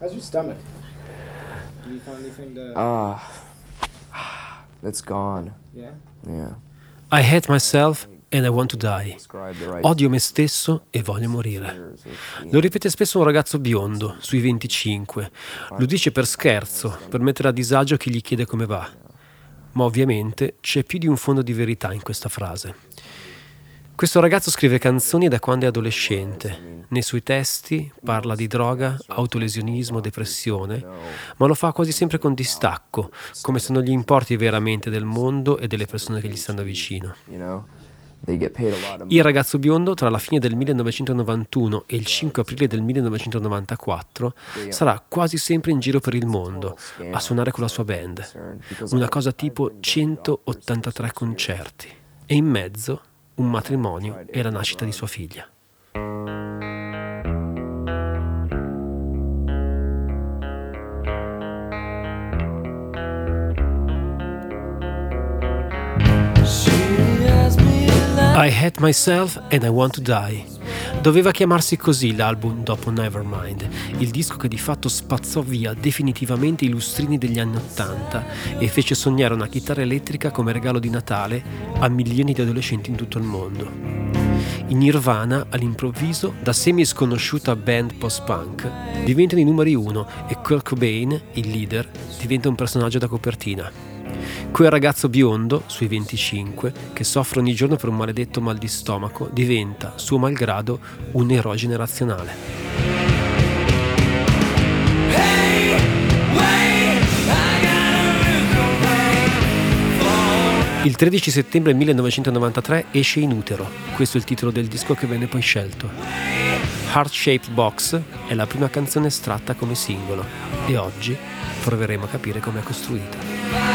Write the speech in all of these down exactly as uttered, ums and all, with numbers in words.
How's your stomach? Do you find anything to... Ah, it's gone. Yeah? Yeah. I hate myself and I want to die. Odio me stesso e voglio morire. Lo ripete spesso un ragazzo biondo, sui venticinque. Lo dice per scherzo, per mettere a disagio chi gli chiede come va. Ma ovviamente c'è più di un fondo di verità in questa frase. Questo ragazzo scrive canzoni da quando è adolescente. Nei suoi testi parla di droga, autolesionismo, depressione, ma lo fa quasi sempre con distacco, come se non gli importi veramente del mondo e delle persone che gli stanno vicino. Il ragazzo biondo, tra la fine del millenovecentonovantuno e il cinque aprile del millenovecentonovantaquattro, sarà quasi sempre in giro per il mondo a suonare con la sua band. Una cosa tipo centottantatré concerti. E in mezzo un matrimonio e la nascita di sua figlia. I hate myself and I want to die. Doveva chiamarsi così l'album dopo Nevermind, il disco che di fatto spazzò via definitivamente i lustrini degli anni Ottanta e fece sognare una chitarra elettrica come regalo di Natale a milioni di adolescenti in tutto il mondo. I Nirvana, all'improvviso, da semi-sconosciuta band post-punk, diventano i numeri uno e Kurt Cobain, il leader, diventa un personaggio da copertina. Quel ragazzo biondo, sui venticinque, che soffre ogni giorno per un maledetto mal di stomaco, diventa, suo malgrado, un eroe generazionale. Il tredici settembre millenovecentonovantatré esce In Utero, questo è il titolo del disco che venne poi scelto. Heart Shaped Box è la prima canzone estratta come singolo e oggi proveremo a capire come è costruita.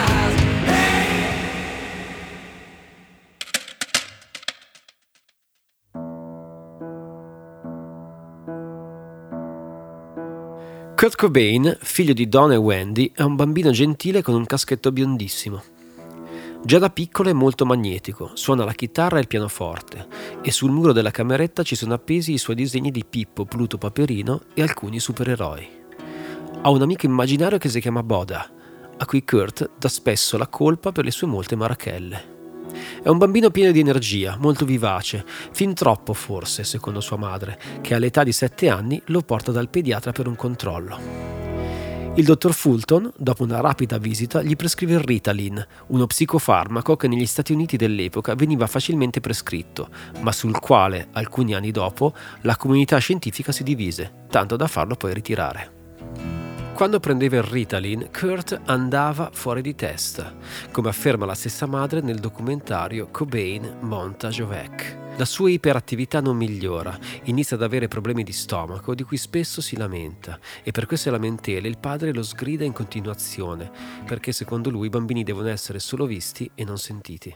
Kurt Cobain, figlio di Don e Wendy, è un bambino gentile con un caschetto biondissimo. Già da piccolo è molto magnetico, suona la chitarra e il pianoforte e sul muro della cameretta ci sono appesi i suoi disegni di Pippo, Pluto, Paperino e alcuni supereroi. Ha un amico immaginario che si chiama Boda, a cui Kurt dà spesso la colpa per le sue molte marachelle. È un bambino pieno di energia, molto vivace, fin troppo forse, secondo sua madre, che all'età di sette anni lo porta dal pediatra per un controllo. Il dottor Fulton, dopo una rapida visita, gli prescrive il Ritalin, uno psicofarmaco che negli Stati Uniti dell'epoca veniva facilmente prescritto, ma sul quale, alcuni anni dopo, la comunità scientifica si divise, tanto da farlo poi ritirare. Quando prendeva il Ritalin, Kurt andava fuori di testa, come afferma la stessa madre nel documentario Cobain Montage of Heck. La sua iperattività non migliora, inizia ad avere problemi di stomaco di cui spesso si lamenta e per queste lamentele il padre lo sgrida in continuazione, perché secondo lui i bambini devono essere solo visti e non sentiti.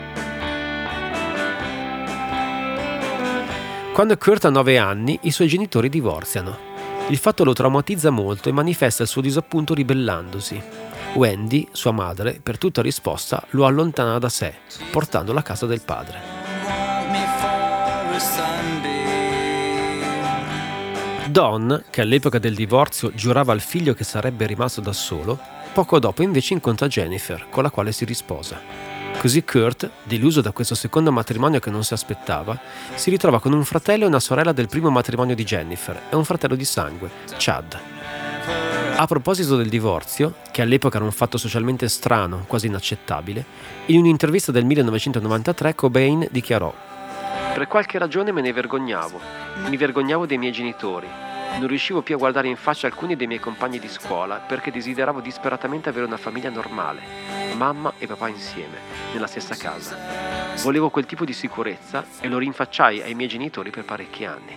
Quando Kurt ha nove anni, i suoi genitori divorziano. Il fatto lo traumatizza molto e manifesta il suo disappunto ribellandosi. Wendy, sua madre, per tutta risposta lo allontana da sé, portandolo a casa del padre. Don, che all'epoca del divorzio giurava al figlio che sarebbe rimasto da solo, poco dopo invece incontra Jennifer, con la quale si risposa. Così Kurt, deluso da questo secondo matrimonio che non si aspettava, si ritrova con un fratello e una sorella del primo matrimonio di Jennifer e un fratello di sangue, Chad. A proposito del divorzio, che all'epoca era un fatto socialmente strano, quasi inaccettabile, in un'intervista del millenovecentonovantatré Cobain dichiarò: «Per qualche ragione me ne vergognavo, mi vergognavo dei miei genitori. Non riuscivo più a guardare in faccia alcuni dei miei compagni di scuola perché desideravo disperatamente avere una famiglia normale, mamma e papà insieme, nella stessa casa. Volevo quel tipo di sicurezza e lo rinfacciai ai miei genitori per parecchi anni».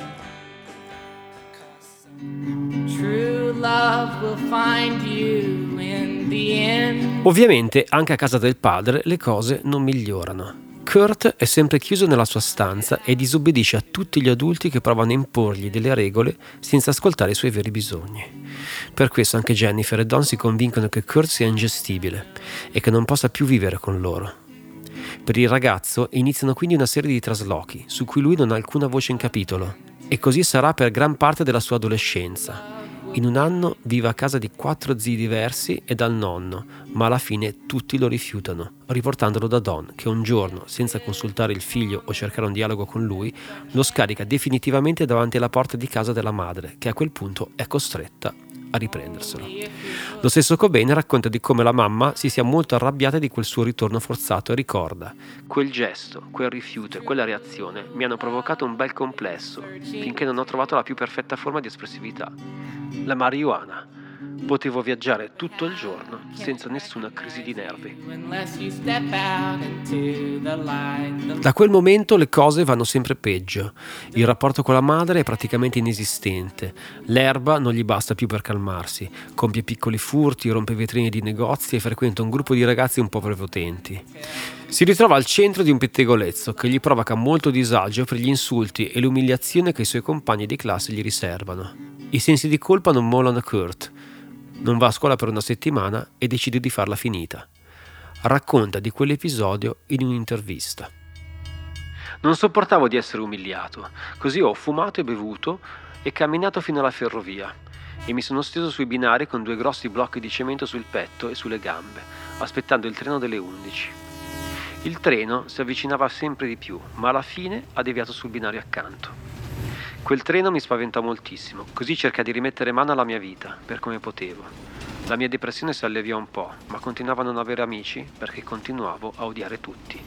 Ovviamente anche a casa del padre le cose non migliorano. Kurt è sempre chiuso nella sua stanza e disobbedisce a tutti gli adulti che provano a imporgli delle regole senza ascoltare i suoi veri bisogni. Per questo anche Jennifer e Don si convincono che Kurt sia ingestibile e che non possa più vivere con loro. Per il ragazzo iniziano quindi una serie di traslochi su cui lui non ha alcuna voce in capitolo, e così sarà per gran parte della sua adolescenza. In un anno vive a casa di quattro zii diversi e dal nonno, ma alla fine tutti lo rifiutano, riportandolo da Don, che un giorno, senza consultare il figlio o cercare un dialogo con lui, lo scarica definitivamente davanti alla porta di casa della madre, che a quel punto è costretta a riprenderselo. Lo stesso Cobain racconta di come la mamma si sia molto arrabbiata di quel suo ritorno forzato e ricorda: quel gesto, quel rifiuto e quella reazione mi hanno provocato un bel complesso, finché non ho trovato la più perfetta forma di espressività, la marijuana. Potevo viaggiare tutto il giorno senza nessuna crisi di nervi. Da quel momento le cose vanno sempre peggio. Il rapporto con la madre è praticamente inesistente. L'erba non gli basta più per calmarsi. Compie piccoli furti, rompe vetrine di negozi e frequenta un gruppo di ragazzi un po' prepotenti. Si ritrova al centro di un pettegolezzo che gli provoca molto disagio per gli insulti e l'umiliazione che i suoi compagni di classe gli riservano. I sensi di colpa non mollano Kurt. Non va a scuola per una settimana e decide di farla finita. Racconta di quell'episodio in un'intervista. Non sopportavo di essere umiliato, così ho fumato e bevuto e camminato fino alla ferrovia e mi sono steso sui binari con due grossi blocchi di cemento sul petto e sulle gambe, aspettando il treno delle undici. Il treno si avvicinava sempre di più, ma alla fine ha deviato sul binario accanto. Quel treno mi spaventò moltissimo, così cercai di rimettere mano alla mia vita, per come potevo. La mia depressione si alleviò un po', ma continuavo a non avere amici perché continuavo a odiare tutti.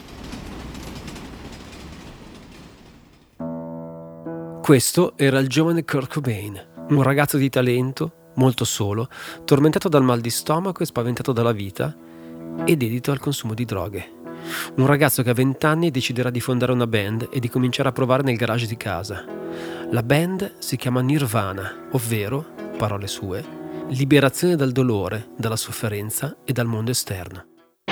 Questo era il giovane Kurt Cobain, un ragazzo di talento, molto solo, tormentato dal mal di stomaco e spaventato dalla vita e dedito al consumo di droghe. Un ragazzo che a vent'anni deciderà di fondare una band e di cominciare a provare nel garage di casa. La band si chiama Nirvana, ovvero, parole sue, liberazione dal dolore, dalla sofferenza e dal mondo esterno.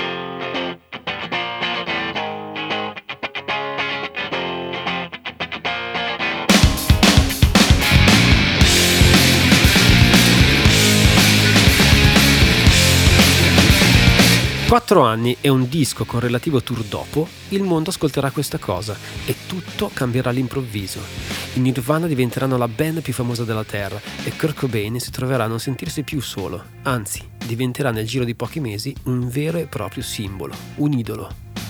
Quattro anni e un disco con relativo tour dopo, il mondo ascolterà questa cosa e tutto cambierà all'improvviso. I Nirvana diventeranno la band più famosa della Terra e Kurt Cobain si troverà a non sentirsi più solo, anzi, diventerà nel giro di pochi mesi un vero e proprio simbolo, un idolo.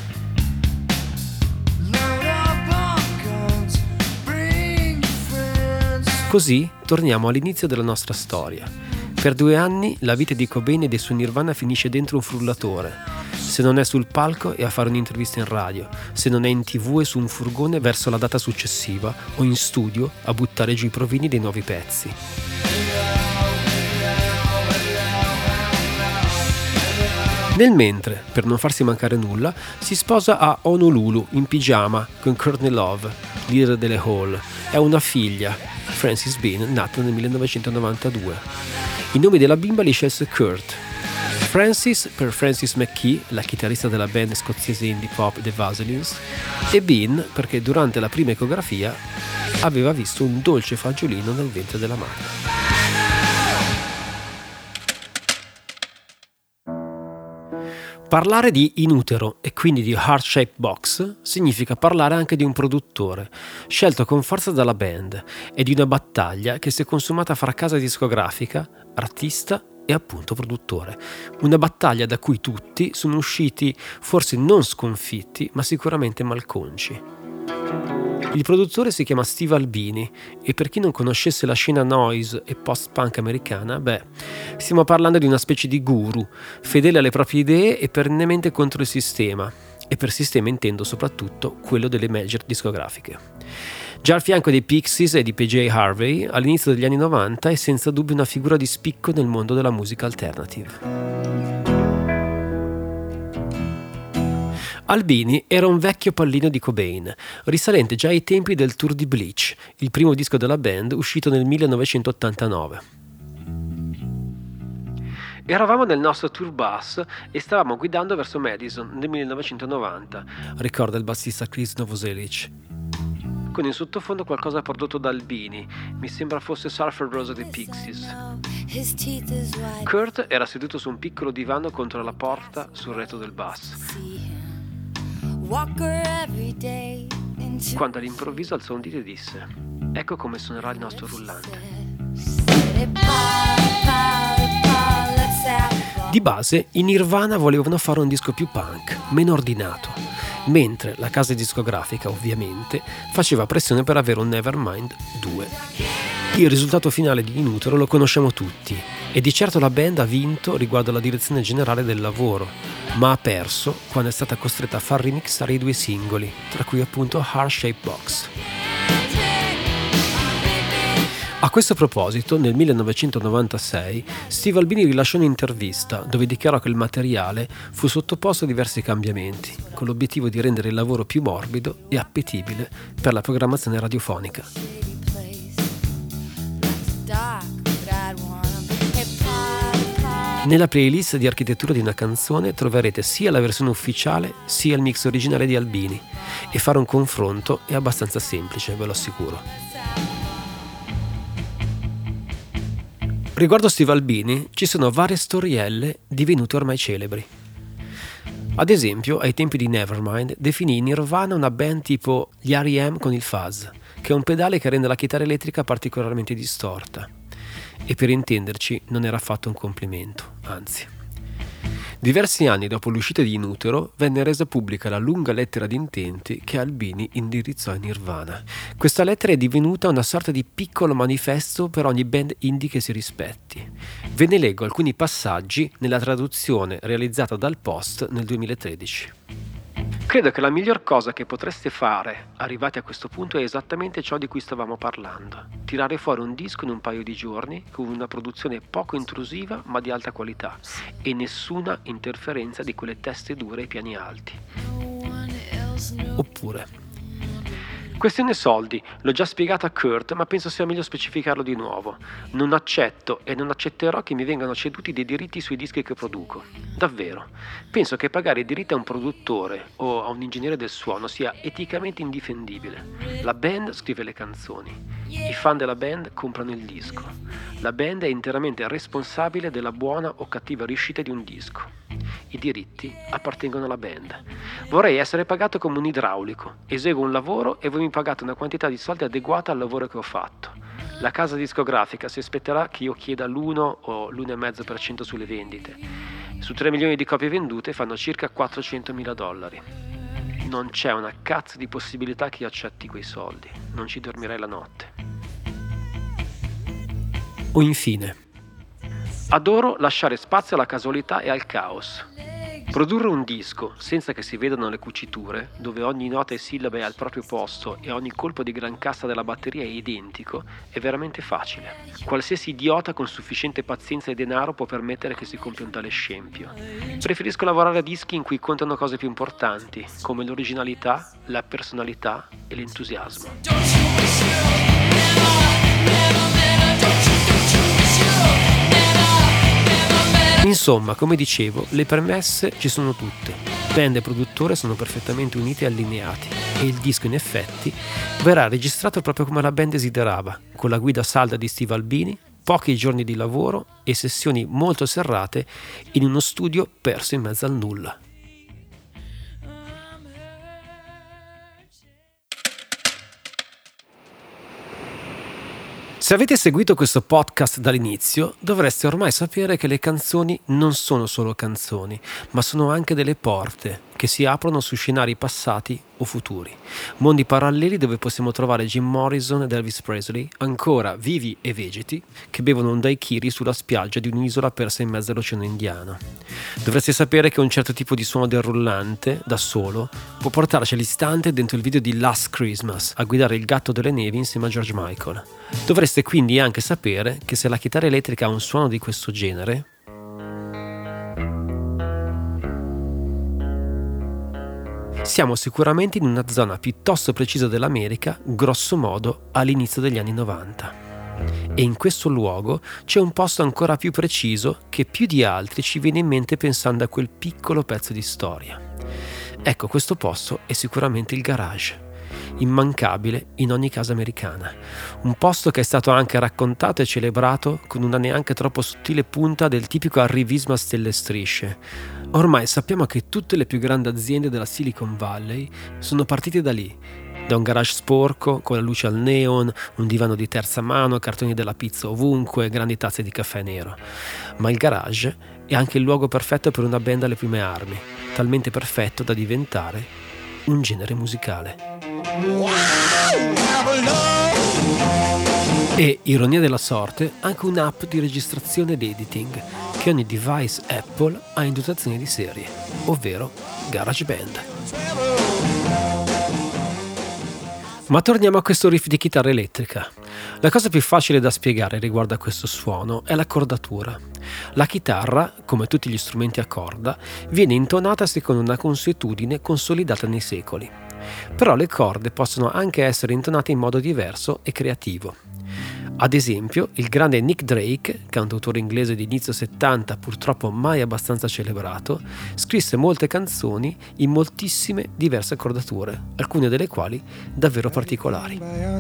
Così torniamo all'inizio della nostra storia. Per due anni la vita di Cobain e dei suoi Nirvana finisce dentro un frullatore. Se non è sul palco è a fare un'intervista in radio, se non è in tv è su un furgone verso la data successiva o in studio a buttare giù i provini dei nuovi pezzi. Nel mentre, per non farsi mancare nulla, si sposa a Honolulu in pigiama con Courtney Love, leader delle Hall, e ha una figlia, Frances Bean, nata nel millenovecentonovantadue. I nomi della bimba li scelse Kurt. Frances per Frances McKee, la chitarrista della band scozzese indie pop The Vaselines, e Bean perché durante la prima ecografia aveva visto un dolce fagiolino nel ventre della madre. Parlare di in utero e quindi di Heart Shaped Box significa parlare anche di un produttore, scelto con forza dalla band, e di una battaglia che si è consumata fra casa discografica, artista e appunto produttore. Una battaglia da cui tutti sono usciti forse non sconfitti, ma sicuramente malconci. Il produttore si chiama Steve Albini e per chi non conoscesse la scena noise e post-punk americana, beh, stiamo parlando di una specie di guru, fedele alle proprie idee e perennemente contro il sistema, e per sistema intendo soprattutto quello delle major discografiche. Già al fianco dei Pixies e di P J Harvey, all'inizio degli anni novanta è senza dubbio una figura di spicco nel mondo della musica alternative. Albini era un vecchio pallino di Cobain, risalente già ai tempi del tour di Bleach, il primo disco della band uscito nel millenovecentottantanove. Eravamo nel nostro tour bus e stavamo guidando verso Madison nel millenovecentonovanta, ricorda il bassista Chris Novoselic. Con in sottofondo qualcosa prodotto da Albini, mi sembra fosse Sulphur Rose dei Pixies. Kurt era seduto su un piccolo divano contro la porta sul retro del bus, quando all'improvviso alzò un dito e disse: "Ecco come suonerà il nostro rullante". Di base, i Nirvana volevano fare un disco più punk, meno ordinato, mentre la casa discografica, ovviamente, faceva pressione per avere un Nevermind due. Il risultato finale di In Utero lo conosciamo tutti, e di certo la band ha vinto riguardo alla direzione generale del lavoro, ma ha perso quando è stata costretta a far remixare i due singoli, tra cui appunto Heart Shaped Box. A questo proposito, nel millenovecentonovantasei, Steve Albini rilasciò un'intervista dove dichiarò che il materiale fu sottoposto a diversi cambiamenti, con l'obiettivo di rendere il lavoro più morbido e appetibile per la programmazione radiofonica. Nella playlist di architettura di una canzone troverete sia la versione ufficiale sia il mix originale di Albini, e fare un confronto è abbastanza semplice, ve lo assicuro. Riguardo Steve Albini ci sono varie storielle divenute ormai celebri. Ad esempio, ai tempi di Nevermind definì Nirvana una band tipo gli R E M con il fuzz, che è un pedale che rende la chitarra elettrica particolarmente distorta. E per intenderci non era affatto un complimento, anzi. Diversi anni dopo l'uscita di In Utero venne resa pubblica la lunga lettera di intenti che Albini indirizzò a Nirvana. Questa lettera è divenuta una sorta di piccolo manifesto per ogni band indie che si rispetti. Ve ne leggo alcuni passaggi nella traduzione realizzata dal Post nel duemilatredici. Credo che la miglior cosa che potreste fare, arrivati a questo punto, è esattamente ciò di cui stavamo parlando. Tirare fuori un disco in un paio di giorni con una produzione poco intrusiva ma di alta qualità e nessuna interferenza di quelle teste dure ai piani alti. Oppure: questione soldi, l'ho già spiegato a Kurt, ma penso sia meglio specificarlo di nuovo. Non accetto e non accetterò che mi vengano ceduti dei diritti sui dischi che produco. Davvero. Penso che pagare i diritti a un produttore o a un ingegnere del suono sia eticamente indifendibile. La band scrive le canzoni. I fan della band comprano il disco. La band è interamente responsabile della buona o cattiva riuscita di un disco. I diritti appartengono alla band. Vorrei essere pagato come un idraulico. Eseguo un lavoro e voi mi pagate una quantità di soldi adeguata al lavoro che ho fatto. La casa discografica si aspetterà che io chieda l'uno o l'uno virgola cinque per cento sulle vendite. Su tre milioni di copie vendute fanno circa quattrocentomila dollari. Non c'è una cazzo di possibilità che io accetti quei soldi. Non ci dormirei la notte. O infine: adoro lasciare spazio alla casualità e al caos. Produrre un disco senza che si vedano le cuciture, dove ogni nota e sillaba è al proprio posto e ogni colpo di gran cassa della batteria è identico, è veramente facile. Qualsiasi idiota con sufficiente pazienza e denaro può permettere che si compia un tale scempio. Preferisco lavorare a dischi in cui contano cose più importanti, come l'originalità, la personalità e l'entusiasmo. Insomma, come dicevo, le premesse ci sono tutte. Band e produttore sono perfettamente uniti e allineati e il disco in effetti verrà registrato proprio come la band desiderava, con la guida salda di Steve Albini, pochi giorni di lavoro e sessioni molto serrate in uno studio perso in mezzo al nulla. Se avete seguito questo podcast dall'inizio, dovreste ormai sapere che le canzoni non sono solo canzoni, ma sono anche delle porte che si aprono su scenari passati o futuri. Mondi paralleli dove possiamo trovare Jim Morrison ed Elvis Presley, ancora vivi e vegeti, che bevono un daiquiri sulla spiaggia di un'isola persa in mezzo all'Oceano Indiano. Dovreste sapere che un certo tipo di suono del rullante, da solo, può portarci all'istante dentro il video di Last Christmas a guidare il gatto delle nevi insieme a George Michael. Dovreste quindi anche sapere che se la chitarra elettrica ha un suono di questo genere, siamo sicuramente in una zona piuttosto precisa dell'America, grosso modo all'inizio degli anni novanta. E in questo luogo c'è un posto ancora più preciso che più di altri ci viene in mente pensando a quel piccolo pezzo di storia. Ecco, questo posto è sicuramente il garage, immancabile in ogni casa americana. Un posto che è stato anche raccontato e celebrato con una neanche troppo sottile punta del tipico arrivismo a stelle e strisce. Ormai sappiamo che tutte le più grandi aziende della Silicon Valley sono partite da lì, da un garage sporco con la luce al neon, un divano di terza mano, cartoni della pizza ovunque, grandi tazze di caffè nero. Ma il garage è anche il luogo perfetto per una band alle prime armi, talmente perfetto da diventare un genere musicale. E, ironia della sorte, anche un'app di registrazione ed editing che ogni device Apple ha in dotazione di serie, ovvero GarageBand. Ma torniamo a questo riff di chitarra elettrica. La cosa più facile da spiegare riguardo a questo suono è l'accordatura. La chitarra, come tutti gli strumenti a corda, viene intonata secondo una consuetudine consolidata nei secoli. Però le corde possono anche essere intonate in modo diverso e creativo. Ad esempio, il grande Nick Drake, cantautore inglese di inizio settanta, purtroppo mai abbastanza celebrato, scrisse molte canzoni in moltissime diverse accordature, alcune delle quali davvero particolari.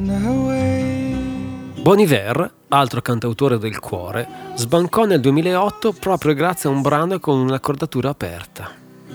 Bon Iver, altro cantautore del cuore, sbancò nel duemilaotto proprio grazie a un brano con un'accordatura aperta.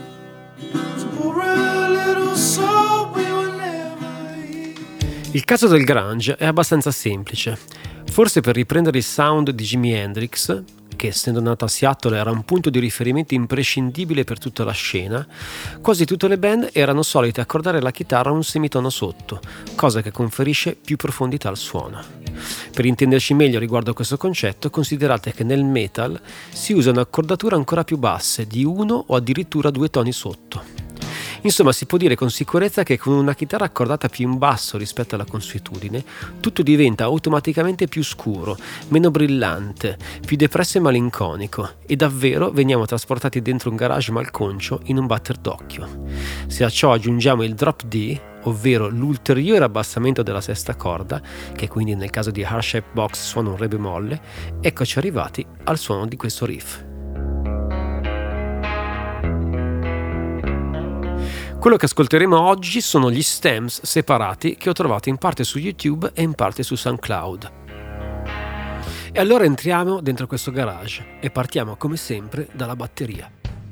Il caso del grunge è abbastanza semplice. Forse per riprendere il sound di Jimi Hendrix, che essendo nato a Seattle era un punto di riferimento imprescindibile per tutta la scena, quasi tutte le band erano solite accordare la chitarra a un semitono sotto, cosa che conferisce più profondità al suono. Per intenderci meglio riguardo a questo concetto, considerate che nel metal si usano accordature ancora più basse, di uno o addirittura due toni sotto. Insomma, si può dire con sicurezza che con una chitarra accordata più in basso rispetto alla consuetudine, tutto diventa automaticamente più scuro, meno brillante, più depresso e malinconico, e davvero veniamo trasportati dentro un garage malconcio in un batter d'occhio. Se a ciò aggiungiamo il drop D, ovvero l'ulteriore abbassamento della sesta corda, che quindi nel caso di Heart Shaped Box suona un re bemolle, eccoci arrivati al suono di questo riff. Quello che ascolteremo oggi sono gli stems separati che ho trovato in parte su YouTube e in parte su SoundCloud. E allora entriamo dentro questo garage e partiamo come sempre dalla batteria.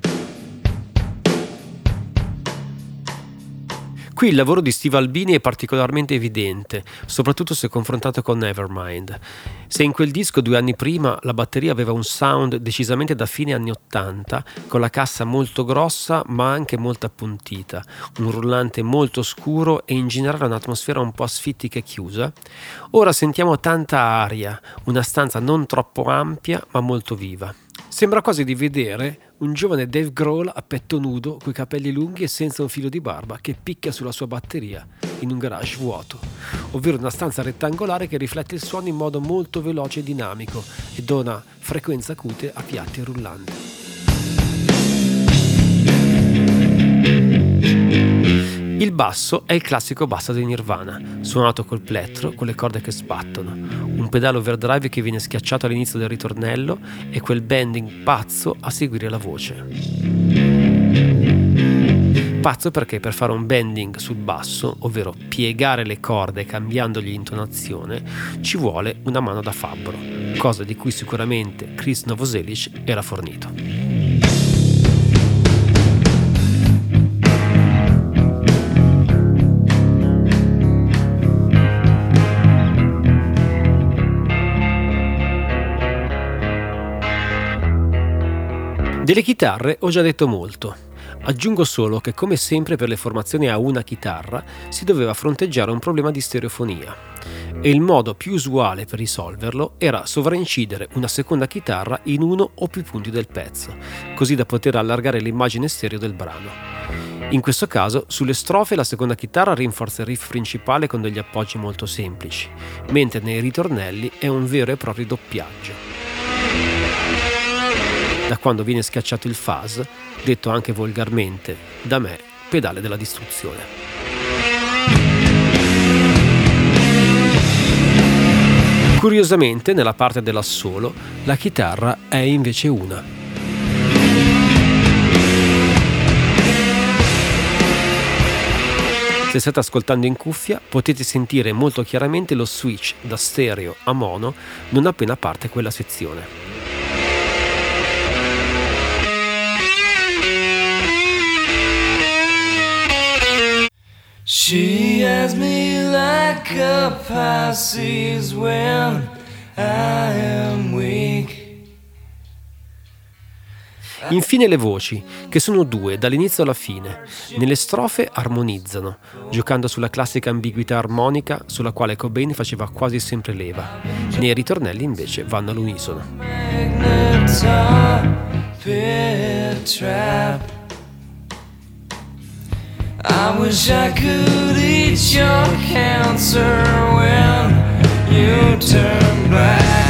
Qui il lavoro di Steve Albini è particolarmente evidente, soprattutto se confrontato con Nevermind. Se in quel disco due anni prima la batteria aveva un sound decisamente da fine anni ottanta, con la cassa molto grossa ma anche molto appuntita, un rullante molto scuro e in generale un'atmosfera un po' asfittica e chiusa, ora sentiamo tanta aria, una stanza non troppo ampia ma molto viva. Sembra quasi di vedere un giovane Dave Grohl a petto nudo, coi capelli lunghi e senza un filo di barba, che picchia sulla sua batteria in un garage vuoto, ovvero una stanza rettangolare che riflette il suono in modo molto veloce e dinamico e dona frequenza acute a piatti e rullanti. Il basso è il classico basso di Nirvana, suonato col plettro, con le corde che sbattono, un pedale overdrive che viene schiacciato all'inizio del ritornello e quel bending pazzo a seguire la voce. Pazzo perché per fare un bending sul basso, ovvero piegare le corde cambiandogli intonazione, ci vuole una mano da fabbro, cosa di cui sicuramente Chris Novoselic era fornito. Delle chitarre ho già detto molto. Aggiungo solo che, come sempre per le formazioni a una chitarra, si doveva fronteggiare un problema di stereofonia. E il modo più usuale per risolverlo era sovraincidere una seconda chitarra in uno o più punti del pezzo, così da poter allargare l'immagine stereo del brano. In questo caso, sulle strofe la seconda chitarra rinforza il riff principale con degli appoggi molto semplici, mentre nei ritornelli è un vero e proprio doppiaggio. Da quando viene schiacciato il fuzz, detto anche volgarmente da me, pedale della distruzione. Curiosamente, nella parte dell'assolo, la chitarra è invece una. Se state ascoltando in cuffia, potete sentire molto chiaramente lo switch da stereo a mono non appena parte quella sezione. She has me like a Pisces when I am weak. Infine le voci, che sono due dall'inizio alla fine. Nelle strofe armonizzano, giocando sulla classica ambiguità armonica sulla quale Cobain faceva quasi sempre leva. Nei ritornelli invece vanno all'unisono. I wish I could eat your cancer when you turn back.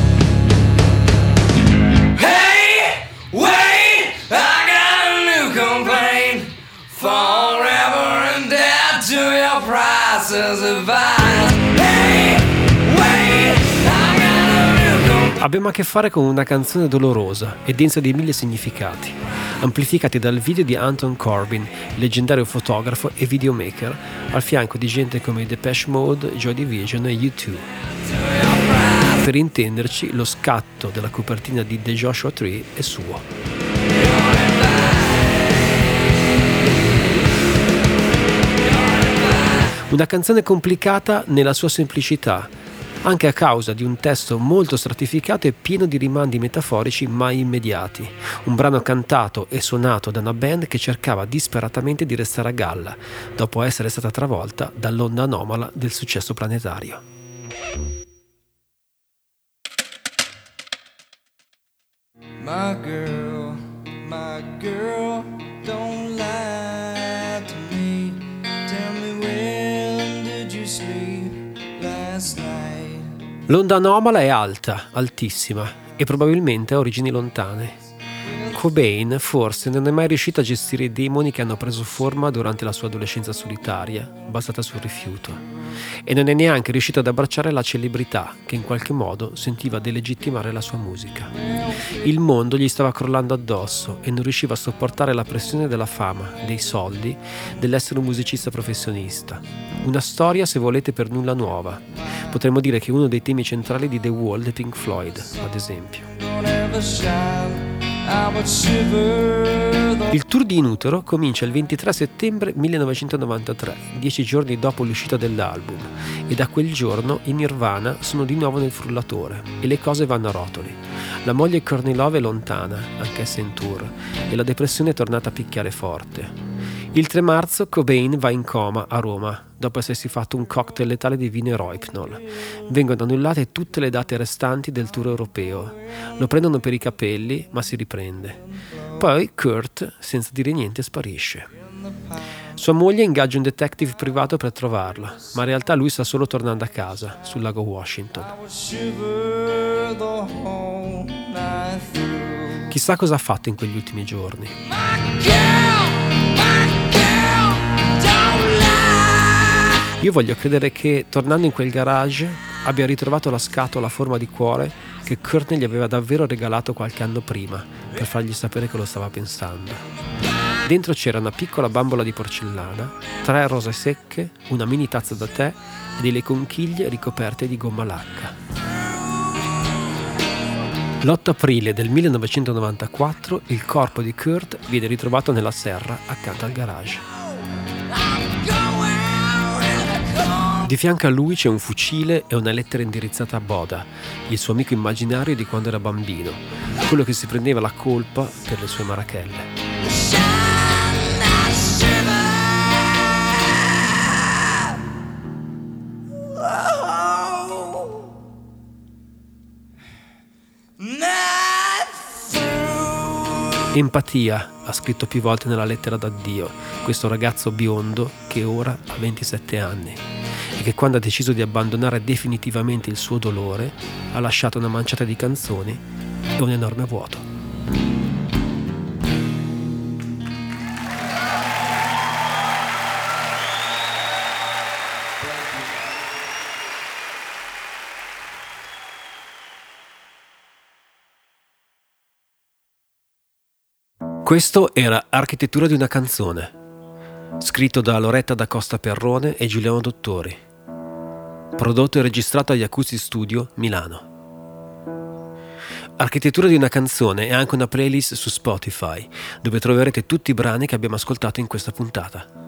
Hey, wait, I got a new complaint. Forever and dead to your prices of violence. Hey, wait, I got a new complaint. Abbiamo a che fare con una canzone dolorosa e densa di mille significati, amplificati dal video di Anton Corbijn, leggendario fotografo e videomaker, al fianco di gente come i Depeche Mode, Joy Division e U due. Per intenderci, lo scatto della copertina di The Joshua Tree è suo. Una canzone complicata nella sua semplicità, anche a causa di un testo molto stratificato e pieno di rimandi metaforici mai immediati. Un brano cantato e suonato da una band che cercava disperatamente di restare a galla, dopo essere stata travolta dall'onda anomala del successo planetario. My girl, my girl, don't lie to me. Tell me, when did you sleep last night? L'onda anomala è alta, altissima e probabilmente ha origini lontane. Cobain forse non è mai riuscito a gestire i demoni che hanno preso forma durante la sua adolescenza solitaria, basata sul rifiuto, e non è neanche riuscito ad abbracciare la celebrità che in qualche modo sentiva delegittimare la sua musica. Il mondo gli stava crollando addosso e non riusciva a sopportare la pressione della fama, dei soldi, dell'essere un musicista professionista. Una storia, se volete, per nulla nuova. Potremmo dire che è uno dei temi centrali di The Wall dei Pink Floyd, ad esempio. Il tour di In Utero comincia il ventitré settembre millenovecentonovantatré, dieci giorni dopo l'uscita dell'album, e da quel giorno i Nirvana sono di nuovo nel frullatore e le cose vanno a rotoli. La moglie Courtney Love è lontana, anch'essa in tour, e la depressione è tornata a picchiare forte. Il tre marzo Cobain va in coma a Roma, dopo essersi fatto un cocktail letale di vino e Rohypnol. Vengono annullate tutte le date restanti del tour europeo. Lo prendono per i capelli, ma si riprende. Poi Kurt, senza dire niente, sparisce. Sua moglie ingaggia un detective privato per trovarlo, ma in realtà lui sta solo tornando a casa, sul lago Washington. Chissà cosa ha fatto in quegli ultimi giorni. Io voglio credere che, tornando in quel garage, abbia ritrovato la scatola a forma di cuore che Courtney gli aveva davvero regalato qualche anno prima, per fargli sapere che lo stava pensando. Dentro c'era una piccola bambola di porcellana, tre rose secche, una mini tazza da tè e delle conchiglie ricoperte di gomma lacca. L'otto aprile del millenovecentonovantaquattro il corpo di Kurt viene ritrovato nella serra accanto al garage. Di fianco a lui c'è un fucile e una lettera indirizzata a Boda, il suo amico immaginario di quando era bambino, quello che si prendeva la colpa per le sue marachelle. Empatia, ha scritto più volte nella lettera d'addio questo ragazzo biondo che ora ha ventisette anni e che quando ha deciso di abbandonare definitivamente il suo dolore ha lasciato una manciata di canzoni e un enorme vuoto. Questo era Architettura di una canzone, scritto da Loretta da Costa Perrone e Giuliano Dottori, prodotto e registrato agli Acousti Studio, Milano. Architettura di una canzone è anche una playlist su Spotify, dove troverete tutti i brani che abbiamo ascoltato in questa puntata.